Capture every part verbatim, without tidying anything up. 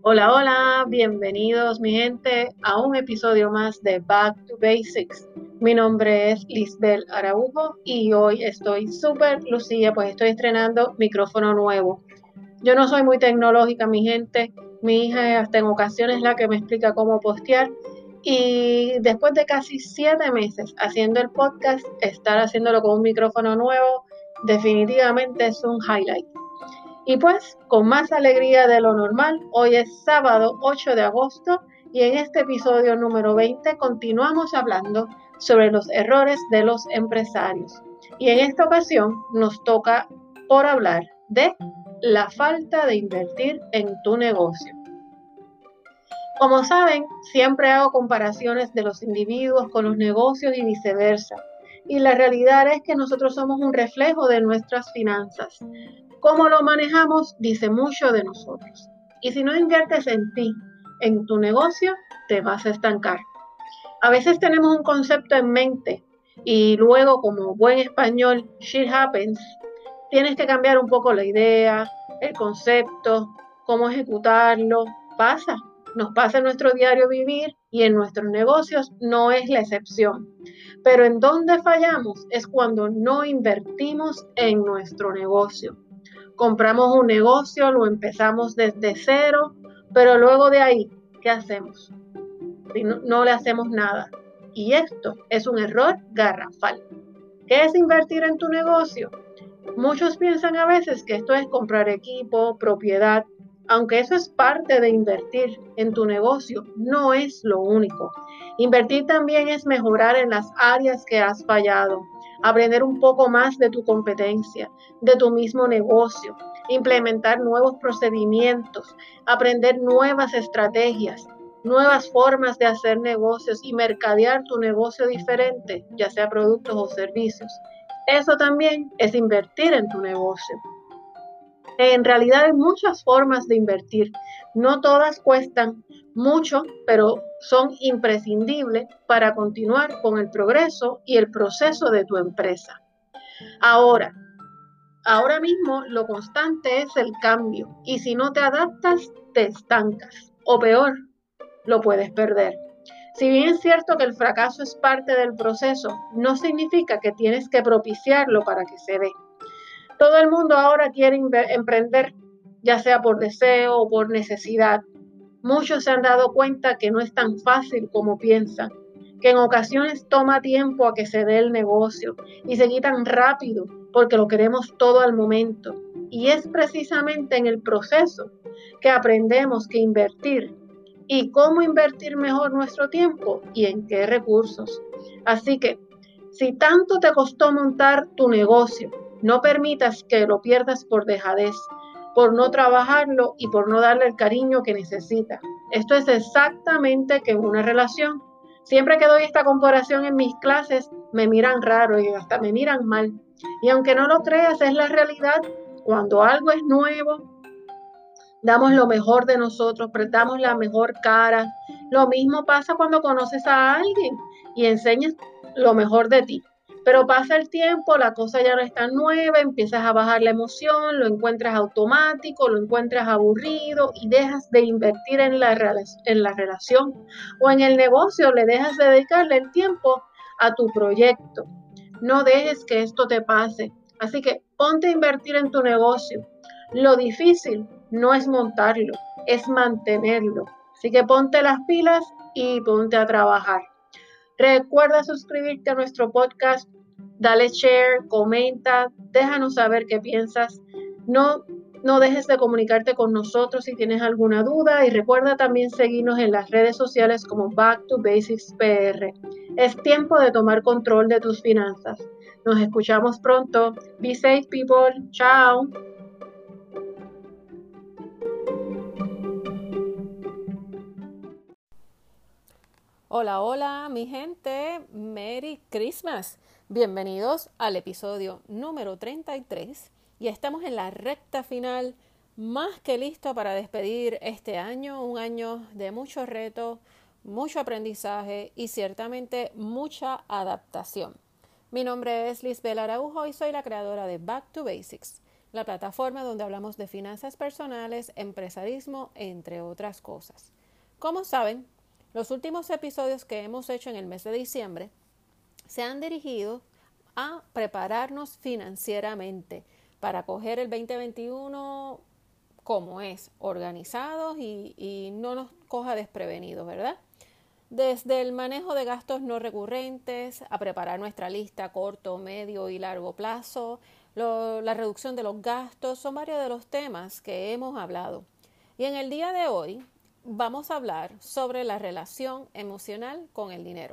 Hola, hola, bienvenidos mi gente a un episodio más de Back to Basics. Mi nombre es Lisbel Araujo y hoy estoy súper lucida, pues estoy estrenando micrófono nuevo. Yo no soy muy tecnológica, mi gente. Mi hija hasta en ocasiones la que me explica cómo postear. Y después de casi siete meses haciendo el podcast, estar haciéndolo con un micrófono nuevo, definitivamente es un highlight. Y pues, con más alegría de lo normal, hoy es sábado ocho de agosto y en este episodio número veinte continuamos hablando sobre los errores de los empresarios. Y en esta ocasión nos toca por hablar de la falta de invertir en tu negocio. Como saben, siempre hago comparaciones de los individuos con los negocios y viceversa. Y la realidad es que nosotros somos un reflejo de nuestras finanzas. Cómo lo manejamos dice mucho de nosotros. Y si no inviertes en ti, en tu negocio, te vas a estancar. A veces tenemos un concepto en mente y luego, como buen español, shit happens, tienes que cambiar un poco la idea, el concepto, cómo ejecutarlo. Pasa, nos pasa en nuestro diario vivir y en nuestros negocios no es la excepción. Pero en donde fallamos es cuando no invertimos en nuestro negocio. Compramos un negocio, lo empezamos desde cero, pero luego de ahí, ¿qué hacemos? No, no le hacemos nada. Y esto es un error garrafal. ¿Qué es invertir en tu negocio? Muchos piensan a veces que esto es comprar equipo, propiedad, aunque eso es parte de invertir en tu negocio, no es lo único. Invertir también es mejorar en las áreas que has fallado, aprender un poco más de tu competencia, de tu mismo negocio, implementar nuevos procedimientos, aprender nuevas estrategias, nuevas formas de hacer negocios y mercadear tu negocio diferente, ya sea productos o servicios. Eso también es invertir en tu negocio. En realidad hay muchas formas de invertir. No todas cuestan mucho, pero son imprescindibles para continuar con el progreso y el proceso de tu empresa. Ahora, ahora mismo lo constante es el cambio y si no te adaptas, te estancas o peor, lo puedes perder. Si bien es cierto que el fracaso es parte del proceso, no significa que tienes que propiciarlo para que se dé. Todo el mundo ahora quiere emprender, ya sea por deseo o por necesidad. Muchos se han dado cuenta que no es tan fácil como piensan, que en ocasiones toma tiempo a que se dé el negocio y se quitan rápido porque lo queremos todo al momento. Y es precisamente en el proceso que aprendemos que invertir y cómo invertir mejor nuestro tiempo y en qué recursos. Así que, si tanto te costó montar tu negocio, no permitas que lo pierdas por dejadez, por no trabajarlo y por no darle el cariño que necesita. Esto es exactamente que una relación. Siempre que doy esta comparación en mis clases, me miran raro y hasta me miran mal. Y aunque no lo creas, es la realidad. Cuando algo es nuevo, damos lo mejor de nosotros, prestamos la mejor cara. Lo mismo pasa cuando conoces a alguien y enseñas lo mejor de ti. Pero pasa el tiempo, la cosa ya no es tan nueva, empiezas a bajar la emoción, lo encuentras automático, lo encuentras aburrido y dejas de invertir en la, en la relación o en el negocio, le dejas de dedicarle el tiempo a tu proyecto. No dejes que esto te pase. Así que ponte a invertir en tu negocio. Lo difícil no es montarlo, es mantenerlo. Así que ponte las pilas y ponte a trabajar. Recuerda suscribirte a nuestro podcast, dale share, comenta, déjanos saber qué piensas. No, no dejes de comunicarte con nosotros si tienes alguna duda y recuerda también seguirnos en las redes sociales como Back to Basics P R. Es tiempo de tomar control de tus finanzas. Nos escuchamos pronto. Be safe, people. Chao. Hola, hola, mi gente. Merry Christmas. Bienvenidos al episodio número treinta y tres y estamos en la recta final, más que listo para despedir este año, un año de muchos retos, mucho aprendizaje y ciertamente mucha adaptación. Mi nombre es Lisbel Araujo y soy la creadora de Back to Basics. la plataforma donde hablamos de finanzas personales, empresarismo, entre otras cosas. Como saben, los últimos episodios que hemos hecho en el mes de diciembre se han dirigido a prepararnos financieramente para coger el veinte veintiuno como es, organizados y, y no nos coja desprevenidos, ¿verdad? Desde el manejo de gastos no recurrentes, a preparar nuestra lista a corto, medio y largo plazo, lo, la reducción de los gastos, son varios de los temas que hemos hablado. Y en el día de hoy vamos a hablar sobre la relación emocional con el dinero.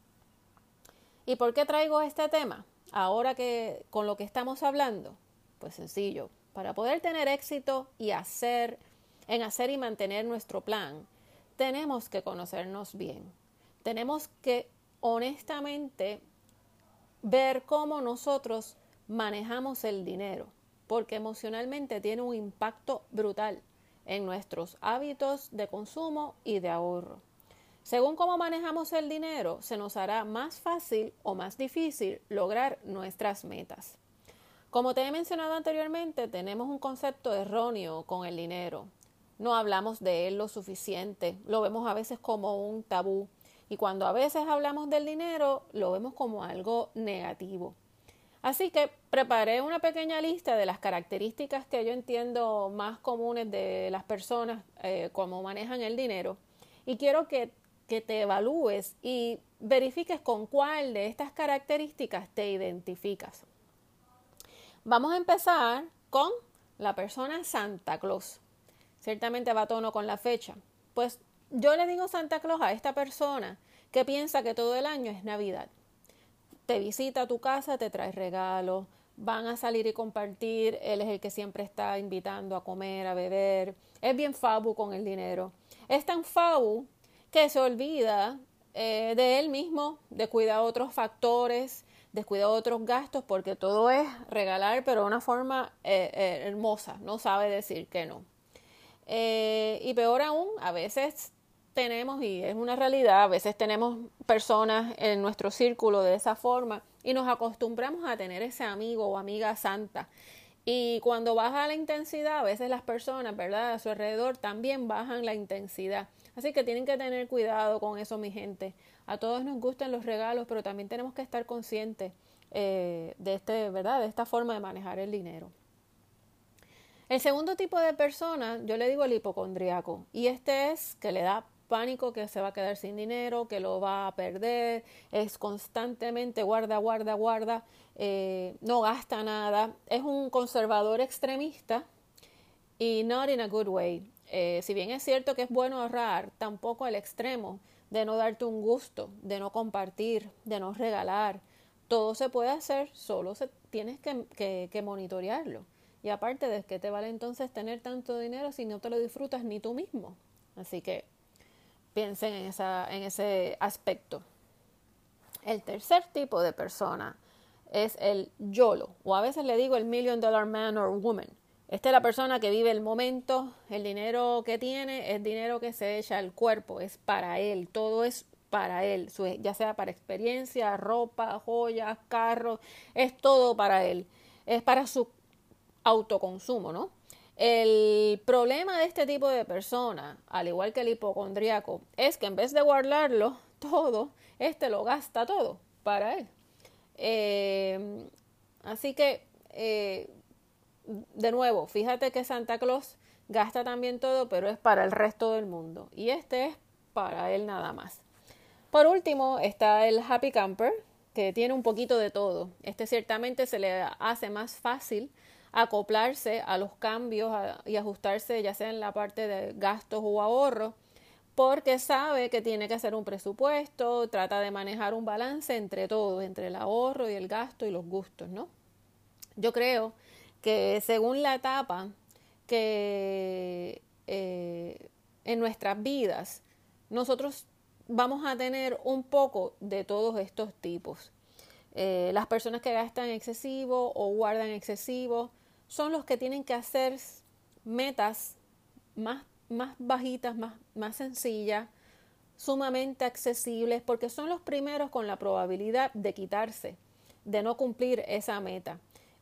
¿Y por qué traigo este tema? Ahora que con lo que estamos hablando, pues sencillo, para poder tener éxito y hacer, en hacer y mantener nuestro plan, tenemos que conocernos bien. Tenemos que honestamente ver cómo nosotros manejamos el dinero, porque emocionalmente tiene un impacto brutal en nuestros hábitos de consumo y de ahorro. Según cómo manejamos el dinero, se nos hará más fácil o más difícil lograr nuestras metas. Como te he mencionado anteriormente, tenemos un concepto erróneo con el dinero. No hablamos de él lo suficiente, lo vemos a veces como un tabú. Y cuando a veces hablamos del dinero, lo vemos como algo negativo. Así que preparé una pequeña lista de las características que yo entiendo más comunes de las personas, eh, cómo manejan el dinero. Y quiero que, que te evalúes y verifiques con cuál de estas características te identificas. Vamos a empezar con la persona Santa Claus. Ciertamente va a tono con la fecha. Pues yo le digo Santa Claus a esta persona que piensa que todo el año es Navidad. Te visita a tu casa, te trae regalos, van a salir y compartir, él es el que siempre está invitando a comer, a beber. Es bien fabu con el dinero. Es tan fabu que se olvida eh, de él mismo, descuida otros factores, descuida otros gastos, porque todo es regalar, pero de una forma eh, eh, hermosa, no sabe decir que no. Eh, y peor aún, a veces tenemos, y es una realidad, a veces tenemos personas en nuestro círculo de esa forma y nos acostumbramos a tener ese amigo o amiga santa. Y cuando baja la intensidad, a veces las personas, ¿verdad?, a su alrededor también bajan la intensidad. Así que tienen que tener cuidado con eso, mi gente. A todos nos gustan los regalos, pero también tenemos que estar conscientes eh, de, este, ¿verdad?, de esta forma de manejar el dinero. El segundo tipo de persona, yo le digo el hipocondriaco, y este es que le da pánico que se va a quedar sin dinero, que lo va a perder, es constantemente guarda, guarda, guarda, eh, no gasta nada, es un conservador extremista y not in a good way. Eh, si bien es cierto que es bueno ahorrar, tampoco al extremo de no darte un gusto, de no compartir, de no regalar. Todo se puede hacer, solo se, tienes que, que, que monitorearlo. Y aparte, ¿de qué te vale entonces tener tanto dinero si no te lo disfrutas ni tú mismo? Así que piensen en, esa, en ese aspecto. El tercer tipo de persona es el YOLO, o a veces le digo el Million Dollar Man or Woman. Esta es la persona que vive el momento, el dinero que tiene es dinero que se echa al cuerpo, es para él, todo es para él, ya sea para experiencia, ropa, joyas, carros, es todo para él, es para su autoconsumo, ¿no? El problema de este tipo de persona, al igual que el hipocondriaco, es que en vez de guardarlo todo, este lo gasta todo para él. Eh, así que, eh, de nuevo, fíjate que Santa Claus gasta también todo, pero es para el resto del mundo. Y este es para él nada más. Por último, está el Happy Camper, que tiene un poquito de todo. Este ciertamente se le hace más fácil acoplarse a los cambios y ajustarse ya sea en la parte de gastos o ahorros, porque sabe que tiene que hacer un presupuesto, trata de manejar un balance entre todo, entre el ahorro y el gasto y los gustos, ¿no? Yo creo que según la etapa que eh, en nuestras vidas nosotros vamos a tener un poco de todos estos tipos. Eh, las personas que gastan excesivo o guardan excesivo son los que tienen que hacer metas más, más bajitas, más, más sencillas, sumamente accesibles, porque son los primeros con la probabilidad de quitarse, de no cumplir esa meta.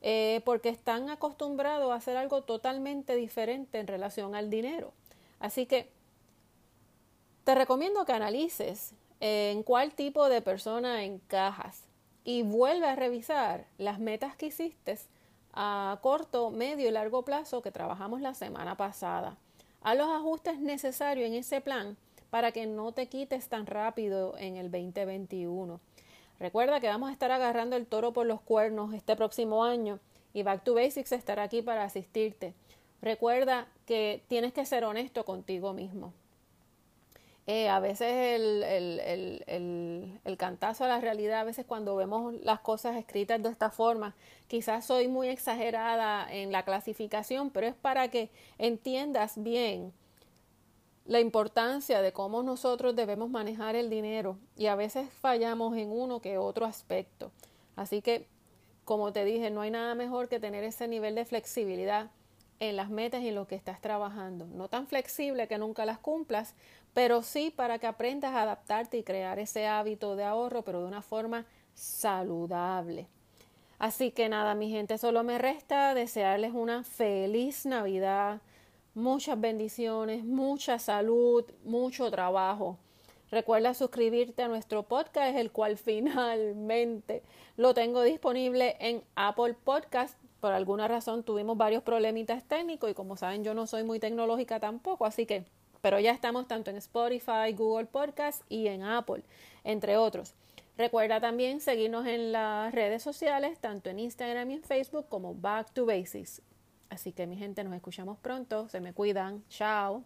eh, porque están acostumbrados a hacer algo totalmente diferente en relación al dinero. Así que te recomiendo que analices en cuál tipo de persona encajas y vuelve a revisar las metas que hiciste a corto, medio y largo plazo que trabajamos la semana pasada. Haz los ajustes necesarios en ese plan para que no te quites tan rápido en el veinte veintiuno. Recuerda que vamos a estar agarrando el toro por los cuernos este próximo año y Back to Basics estará aquí para asistirte. Recuerda que tienes que ser honesto contigo mismo. Eh, a veces el, el, el, el, el cantazo a la realidad, a veces cuando vemos las cosas escritas de esta forma, quizás soy muy exagerada en la clasificación, pero es para que entiendas bien la importancia de cómo nosotros debemos manejar el dinero y a veces fallamos en uno que otro aspecto. Así que, como te dije, no hay nada mejor que tener ese nivel de flexibilidad en las metas y en lo que estás trabajando. No tan flexible que nunca las cumplas, pero sí para que aprendas a adaptarte y crear ese hábito de ahorro, pero de una forma saludable. Así que nada, mi gente, solo me resta desearles una feliz Navidad, muchas bendiciones, mucha salud, mucho trabajo. Recuerda suscribirte a nuestro podcast, el cual finalmente lo tengo disponible en Apple Podcast. Por alguna razón tuvimos varios problemitas técnicos y como saben yo no soy muy tecnológica tampoco, así que, pero ya estamos tanto en Spotify, Google Podcast y en Apple, entre otros. Recuerda también seguirnos en las redes sociales, tanto en Instagram y en Facebook como Back to Basics. Así que mi gente, nos escuchamos pronto, se me cuidan, chao.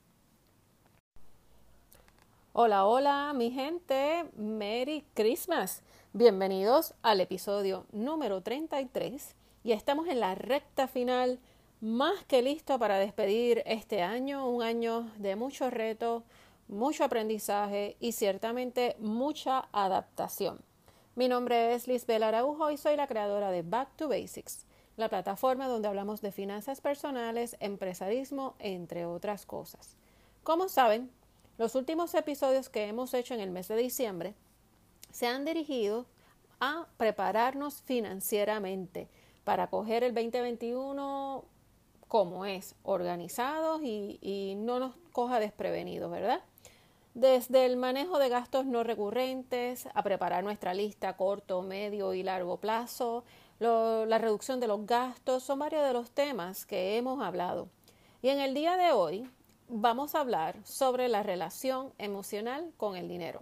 Hola, hola, mi gente, Merry Christmas. Bienvenidos al episodio número treinta y tres y estamos en la recta final, más que listo para despedir este año, un año de muchos retos, mucho aprendizaje y ciertamente mucha adaptación. Mi nombre es Lisbel Araujo y soy la creadora de Back to Basics, la plataforma donde hablamos de finanzas personales, empresarismo, entre otras cosas. Como saben, los últimos episodios que hemos hecho en el mes de diciembre se han dirigido a prepararnos financieramente para coger el veinte veintiuno como es, organizados y, y no nos coja desprevenidos, ¿verdad? Desde el manejo de gastos no recurrentes, a preparar nuestra lista a corto, medio y largo plazo, lo, la reducción de los gastos, son varios de los temas que hemos hablado. Y en el día de hoy vamos a hablar sobre la relación emocional con el dinero.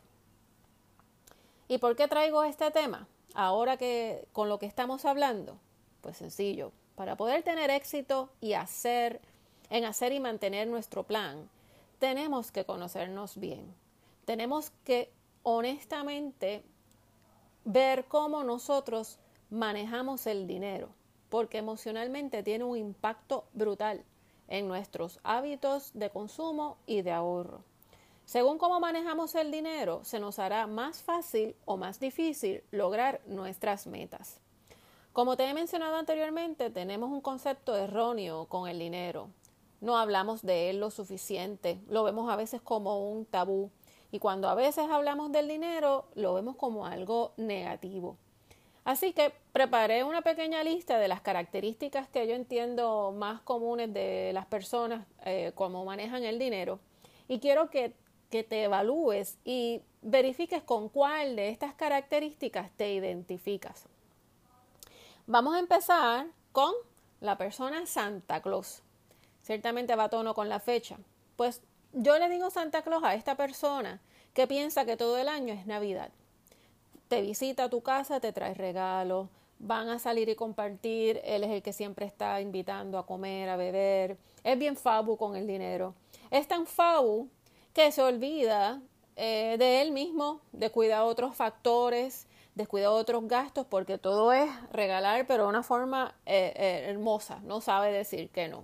¿Y por qué traigo este tema? Ahora que con lo que estamos hablando, pues sencillo, para poder tener éxito y hacer, en hacer y mantener nuestro plan, tenemos que conocernos bien. Tenemos que honestamente ver cómo nosotros manejamos el dinero, porque emocionalmente tiene un impacto brutal en nuestros hábitos de consumo y de ahorro. Según cómo manejamos el dinero, se nos hará más fácil o más difícil lograr nuestras metas. Como te he mencionado anteriormente, tenemos un concepto erróneo con el dinero. No hablamos de él lo suficiente, lo vemos a veces como un tabú. Y cuando a veces hablamos del dinero, lo vemos como algo negativo. Así que preparé una pequeña lista de las características que yo entiendo más comunes de las personas, eh, cómo manejan el dinero. Y quiero que, que te evalúes y verifiques con cuál de estas características te identificas. Vamos a empezar con la persona Santa Claus. Ciertamente va a tono con la fecha. Pues yo le digo Santa Claus a esta persona que piensa que todo el año es Navidad. Te visita a tu casa, te trae regalos, van a salir y compartir, él es el que siempre está invitando a comer, a beber, es bien fabu con el dinero. Es tan fabu que se olvida eh, de él mismo, descuida otros factores, descuida otros gastos, porque todo es regalar, pero de una forma eh, eh, hermosa, no sabe decir que no.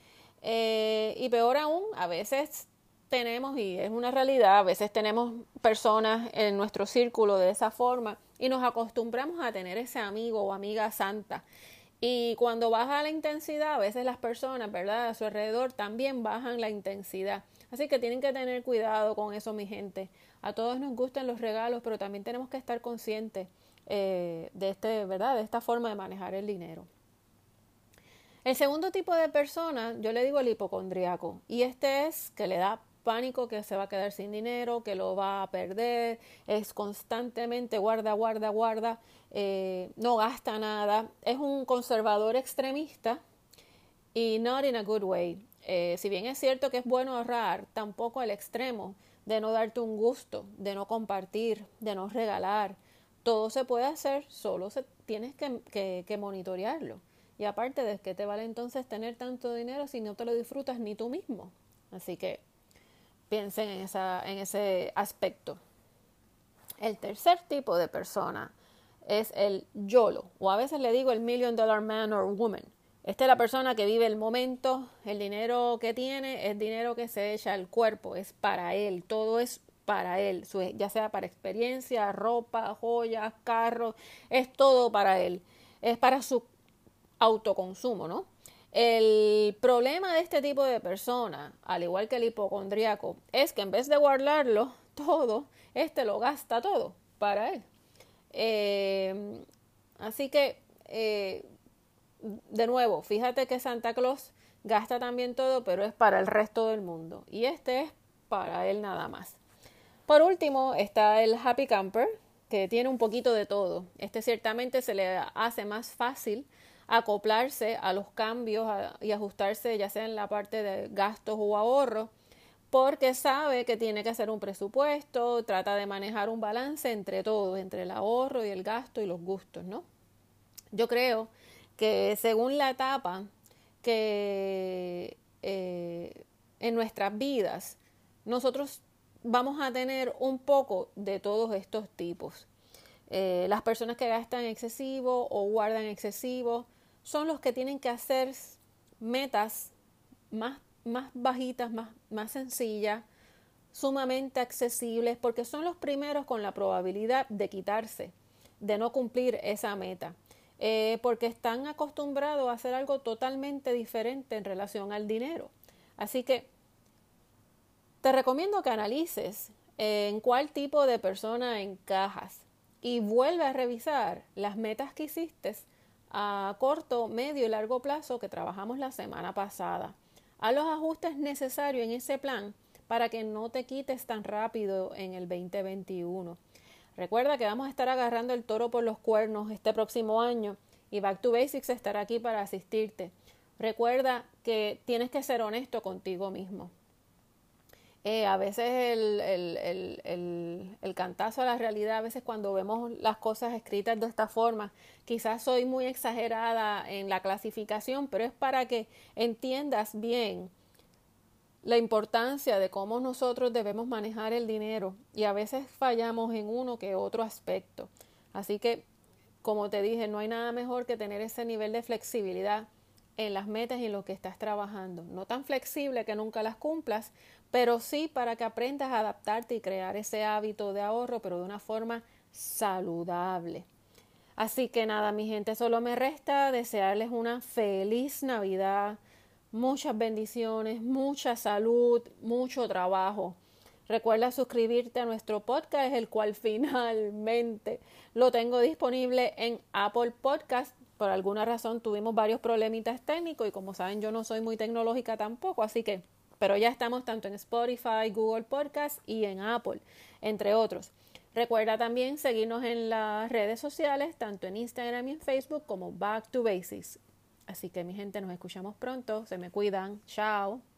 Eh, y peor aún, a veces tenemos, y es una realidad, a veces tenemos personas en nuestro círculo de esa forma y nos acostumbramos a tener ese amigo o amiga santa. Y cuando baja la intensidad, a veces las personas, ¿verdad?, a su alrededor también bajan la intensidad. Así que tienen que tener cuidado con eso, mi gente. A todos nos gustan los regalos, pero también tenemos que estar conscientes eh, de este, ¿verdad?, de esta forma de manejar el dinero. El segundo tipo de persona, yo le digo el hipocondriaco, y este es que le da pánico que se va a quedar sin dinero, que lo va a perder, es constantemente guarda, guarda, guarda, eh, no gasta nada, es un conservador extremista y not in a good way. Eh, si bien es cierto que es bueno ahorrar, tampoco al extremo de no darte un gusto, de no compartir, de no regalar. Todo se puede hacer, solo se, tienes que, que, que monitorearlo. Y aparte, ¿de qué te vale entonces tener tanto dinero si no te lo disfrutas ni tú mismo? Así que piensen en, esa, en ese aspecto. El tercer tipo de persona es el YOLO, o a veces le digo el Million Dollar Man or Woman. Esta es la persona que vive el momento, el dinero que tiene es dinero que se echa al cuerpo, es para él, todo es para él, ya sea para experiencia, ropa, joyas, carros, es todo para él, es para su autoconsumo, ¿no? El problema de este tipo de persona, al igual que el hipocondriaco, es que en vez de guardarlo todo, este lo gasta todo para él. Eh, así que, eh, de nuevo, fíjate que Santa Claus gasta también todo, pero es para el resto del mundo. Y este es para él nada más. Por último está el Happy Camper, que tiene un poquito de todo. Este ciertamente se le hace más fácil acoplarse a los cambios y ajustarse ya sea en la parte de gastos o ahorros, porque sabe que tiene que hacer un presupuesto, trata de manejar un balance entre todo, entre el ahorro y el gasto y los gustos, ¿no? Yo creo que según la etapa que eh, en nuestras vidas nosotros vamos a tener un poco de todos estos tipos. Eh, las personas que gastan excesivo o guardan excesivo son los que tienen que hacer metas más, más bajitas, más, más sencillas, sumamente accesibles, porque son los primeros con la probabilidad de quitarse, de no cumplir esa meta, eh, porque están acostumbrados a hacer algo totalmente diferente en relación al dinero. Así que te recomiendo que analices en cuál tipo de persona encajas y vuelve a revisar las metas que hiciste a corto, medio y largo plazo que trabajamos la semana pasada. Haz los ajustes necesarios en ese plan para que no te quites tan rápido en el veinte veintiuno. Recuerda que vamos a estar agarrando el toro por los cuernos este próximo año y Back to Basics estará aquí para asistirte. Recuerda que tienes que ser honesto contigo mismo. Eh, a veces el, el, el, el, el cantazo a la realidad, a veces cuando vemos las cosas escritas de esta forma, quizás soy muy exagerada en la clasificación, pero es para que entiendas bien la importancia de cómo nosotros debemos manejar el dinero y a veces fallamos en uno que otro aspecto. Así que, como te dije, no hay nada mejor que tener ese nivel de flexibilidad en las metas y en lo que estás trabajando. No tan flexible que nunca las cumplas, pero sí para que aprendas a adaptarte y crear ese hábito de ahorro, pero de una forma saludable. Así que nada, mi gente, solo me resta desearles una feliz Navidad, muchas bendiciones, mucha salud, mucho trabajo. Recuerda suscribirte a nuestro podcast, el cual finalmente lo tengo disponible en Apple Podcast. Por alguna razón tuvimos varios problemitas técnicos y como saben yo no soy muy tecnológica tampoco, así que, pero ya estamos tanto en Spotify, Google Podcast y en Apple, entre otros. Recuerda también seguirnos en las redes sociales, tanto en Instagram y en Facebook como Back to Basics. Así que mi gente, nos escuchamos pronto, se me cuidan, chao.